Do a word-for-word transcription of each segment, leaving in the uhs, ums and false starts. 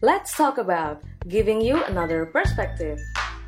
Let's talk about giving you another perspective.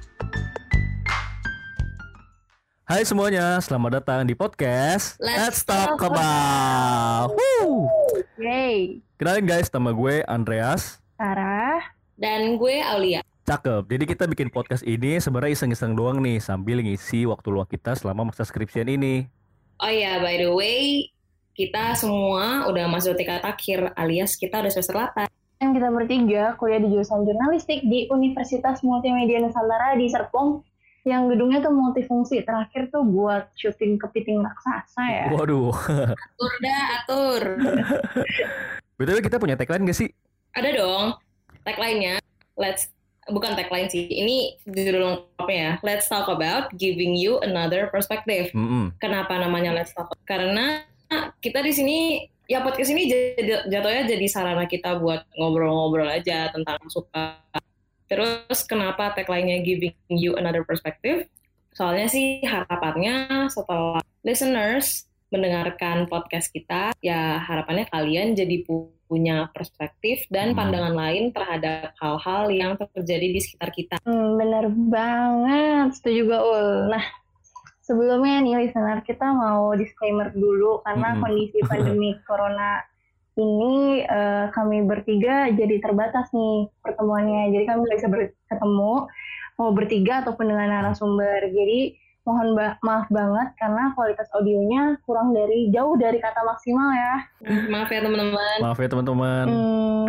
Hai semuanya, selamat datang di podcast Let's Let's Talk About. Woo! Yay. Kenalin guys, nama gue Andreas. Sarah. Dan gue Aulia. Cakep. Jadi kita bikin podcast ini sebenarnya iseng-iseng doang nih, sambil ngisi waktu luang kita selama masa skripsian ini. Oh iya, by the way, kita semua udah masuk tingkat akhir, alias kita udah semester delapan. Dan kita bertiga kuliah di jurusan jurnalistik di Universitas Multimedia Nusantara di Serpong, yang gedungnya tuh multifungsi. Terakhir tuh buat syuting kepiting raksasa ya. Waduh. Atur dah, atur. B T W kita punya tagline gak sih? Ada dong, tagline-nya. Let's bukan tagline sih. Ini judul lengkapnya ya. Let's talk about giving you another perspective. Mm-mm. Kenapa namanya Let's Talk? Karena kita di sini ya podcast ini jadi, jatuhnya jadi sarana kita buat ngobrol-ngobrol aja tentang suka. Terus kenapa tagline-nya giving you another perspective? Soalnya sih harapannya setelah listeners mendengarkan podcast kita, ya harapannya kalian jadi punya perspektif dan pandangan lain terhadap hal-hal yang terjadi di sekitar kita. Hmm, bener banget. Setuju juga Ul. Nah, sebelumnya nih listener, kita mau disclaimer dulu karena Mm-mm. kondisi pandemi corona ini uh, kami bertiga jadi terbatas nih pertemuannya. Jadi kami nggak bisa bertemu mau bertiga ataupun dengan narasumber. Jadi mohon ba- maaf banget karena kualitas audionya kurang dari jauh dari kata maksimal ya. Maaf ya teman-teman. Maaf ya teman-teman. Hmm,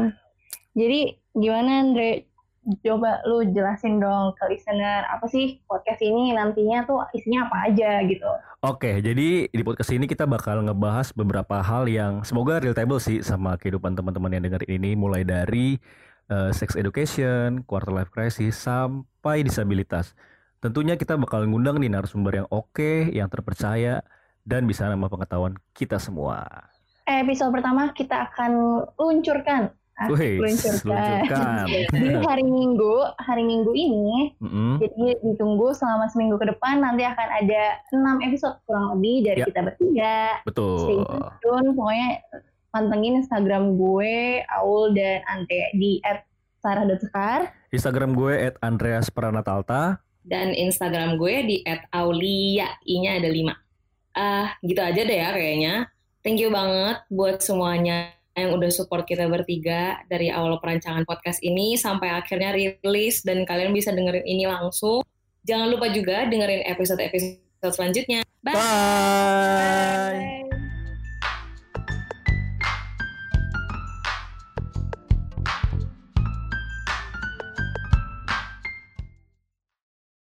jadi gimana Andre? Coba lu jelasin dong ke listener apa sih podcast ini nantinya tuh isinya apa aja gitu. Oke, jadi di podcast ini kita bakal ngebahas beberapa hal yang semoga relatable sih sama kehidupan teman-teman yang dengerin ini, mulai dari uh, sex education, quarter life crisis, sampai disabilitas. Tentunya kita bakal ngundang nih narasumber yang oke, yang terpercaya, dan bisa nambah pengetahuan kita semua. Episode pertama kita akan luncurkan Wih, luncurkan. Di hari Minggu, hari Minggu ini, Mm-mm. jadi ditunggu selama seminggu ke depan, nanti akan ada enam episode kurang lebih dari Ya. kita bertiga. Betul. Stay tune, pokoknya pantengin Instagram gue, Aul dan Ante di et sarah dot sekar. Instagram gue at andreas pranatalta. Dan Instagram gue di et aulia, i-nya ada lima. Ah, gitu aja deh ya kayaknya. Thank you banget buat semuanya yang udah support kita bertiga dari awal perancangan podcast ini sampai akhirnya rilis dan kalian bisa dengerin ini langsung. Jangan lupa juga dengerin episode-episode selanjutnya. Bye! Bye!